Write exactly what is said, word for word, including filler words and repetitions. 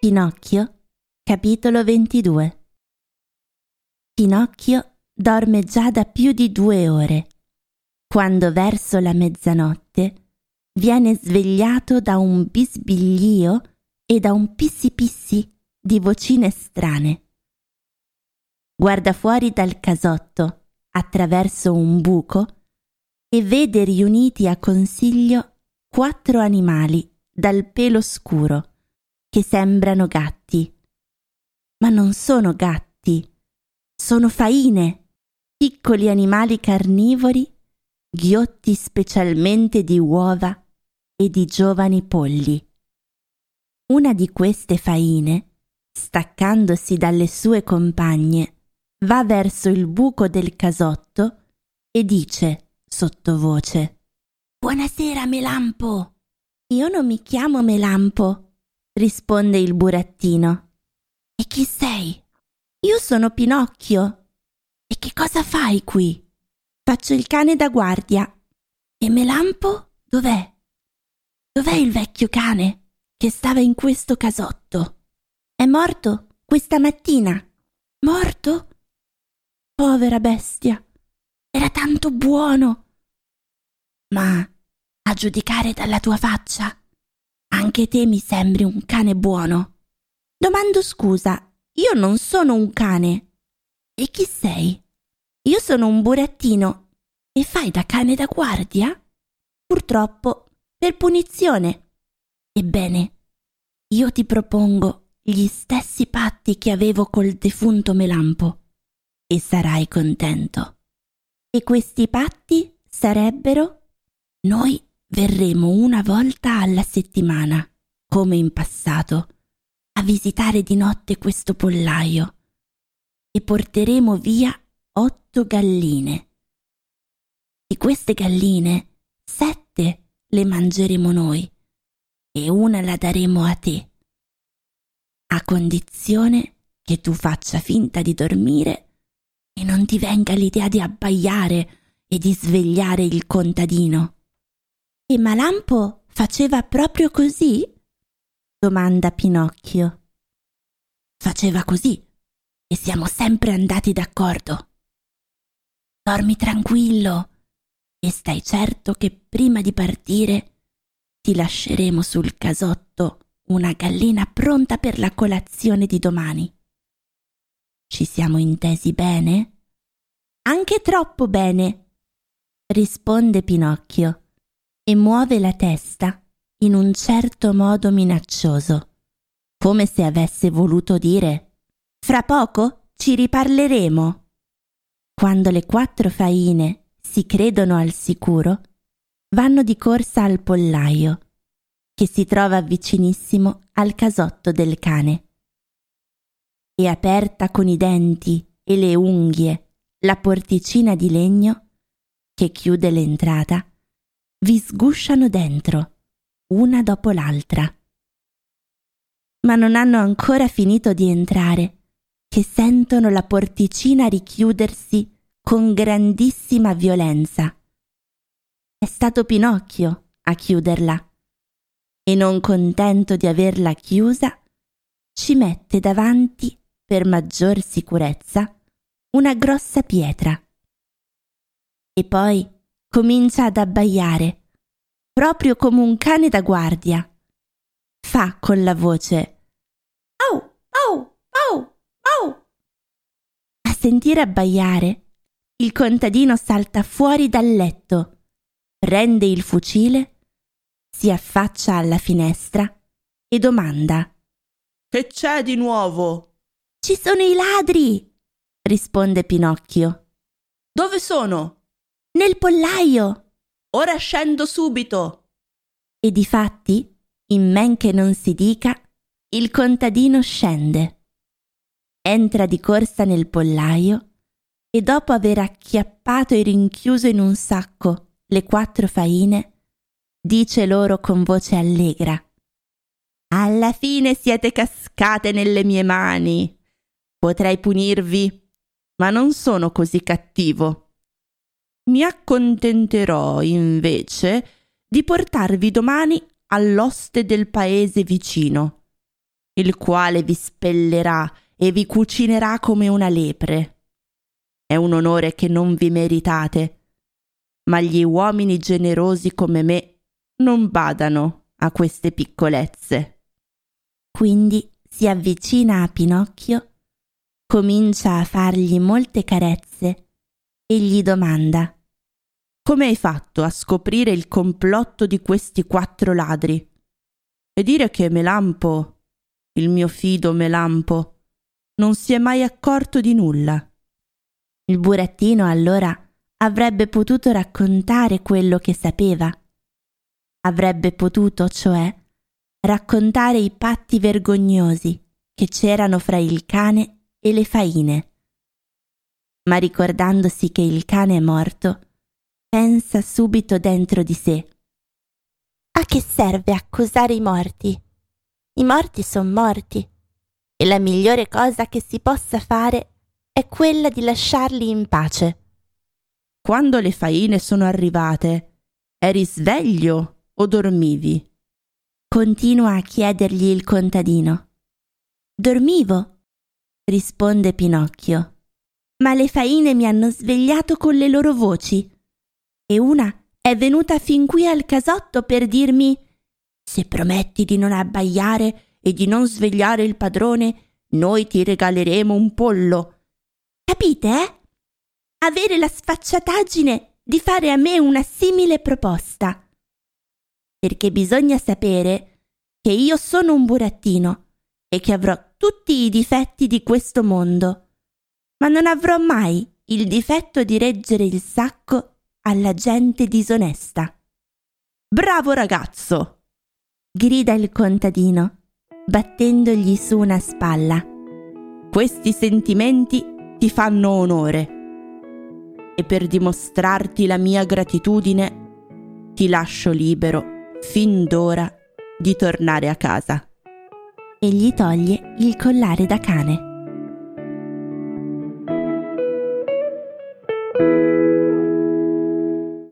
Pinocchio, capitolo ventidue. Pinocchio dorme già da più di due ore, quando verso la mezzanotte viene svegliato da un bisbiglio e da un pissi pissi di vocine strane. Guarda fuori dal casotto attraverso un buco e vede riuniti a consiglio quattro animali dal pelo scuro che sembrano gatti. Ma non sono gatti, sono faine, piccoli animali carnivori, ghiotti specialmente di uova e di giovani polli. Una di queste faine, staccandosi dalle sue compagne, va verso il buco del casotto e dice sottovoce: «Buonasera, Melampo!» «Io non mi chiamo Melampo», risponde il burattino. «E chi sei?» «Io sono Pinocchio». «E che cosa fai qui?» «Faccio il cane da guardia». «E Melampo dov'è?» «Dov'è il vecchio cane che stava in questo casotto?» «È morto questa mattina». «Morto? Povera bestia, era tanto buono». «Ma a giudicare dalla tua faccia, anche te mi sembri un cane buono». «Domando scusa, io non sono un cane». «E chi sei?» «Io sono un burattino». «E fai da cane da guardia?» «Purtroppo, per punizione». «Ebbene, io ti propongo gli stessi patti che avevo col defunto Melampo e sarai contento». «E questi patti sarebbero?» «Noi verremo una volta alla settimana, come in passato, a visitare di notte questo pollaio e porteremo via otto galline. Di queste galline, sette le mangeremo noi e una la daremo a te, a condizione che tu faccia finta di dormire e non ti venga l'idea di abbaiare e di svegliare il contadino». «E Melampo faceva proprio così?» domanda Pinocchio. «Faceva così e siamo sempre andati d'accordo. Dormi tranquillo e stai certo che prima di partire ti lasceremo sul casotto una gallina pronta per la colazione di domani. Ci siamo intesi bene?» «Anche troppo bene», risponde Pinocchio e muove la testa in un certo modo minaccioso, come se avesse voluto dire: «Fra poco ci riparleremo». Quando le quattro faine si credono al sicuro, vanno di corsa al pollaio, che si trova vicinissimo al casotto del cane. E aperta con i denti e le unghie la porticina di legno che chiude l'entrata, vi sgusciano dentro, una dopo l'altra. Ma non hanno ancora finito di entrare, che sentono la porticina richiudersi con grandissima violenza. È stato Pinocchio a chiuderla e, non contento di averla chiusa, ci mette davanti, per maggior sicurezza, una grossa pietra. E poi comincia ad abbaiare, proprio come un cane da guardia. Fa con la voce: «Au, au, au, au». A sentire abbaiare, il contadino salta fuori dal letto, prende il fucile, si affaccia alla finestra e domanda: «Che c'è di nuovo?» «Ci sono i ladri», risponde Pinocchio. «Dove sono?» «Nel pollaio». «Ora scendo subito». E difatti, in men che non si dica, il contadino scende. Entra di corsa nel pollaio e, dopo aver acchiappato e rinchiuso in un sacco le quattro faine, dice loro con voce allegra: «Alla fine siete cascate nelle mie mani. Potrei punirvi, ma non sono così cattivo. Mi accontenterò invece di portarvi domani all'oste del paese vicino il quale vi spellerà e vi cucinerà come una lepre. È un onore che non vi meritate, ma gli uomini generosi come me non badano a queste piccolezze. Quindi si avvicina a Pinocchio, comincia a fargli molte carezze e gli domanda: come hai fatto a scoprire il complotto di questi quattro ladri? E dire che Melampo, il mio fido Melampo, non si è mai accorto di nulla. Il burattino allora avrebbe potuto raccontare quello che sapeva. Avrebbe potuto, cioè, raccontare i patti vergognosi che c'erano fra il cane e le faine. Ma ricordandosi che il cane è morto, pensa subito dentro di sé: a che serve accusare i morti? I morti son morti e la migliore cosa che si possa fare è quella di lasciarli in pace. Quando le faine sono arrivate, eri sveglio o dormivi? Continua a chiedergli il contadino. Dormivo, risponde Pinocchio, ma le faine mi hanno svegliato con le loro voci e una è venuta fin qui al casotto per dirmi: se prometti di non abbaiare e di non svegliare il padrone, noi ti regaleremo un pollo. Capite, eh? Avere la sfacciataggine di fare a me una simile proposta. Perché bisogna sapere che io sono un burattino e che avrò tutti i difetti di questo mondo, ma non avrò mai il difetto di reggere il sacco alla gente disonesta. Bravo ragazzo! Grida il contadino, battendogli su una spalla. Questi sentimenti ti fanno onore e per dimostrarti la mia gratitudine ti lascio libero fin d'ora di tornare a casa. E gli toglie il collare da cane.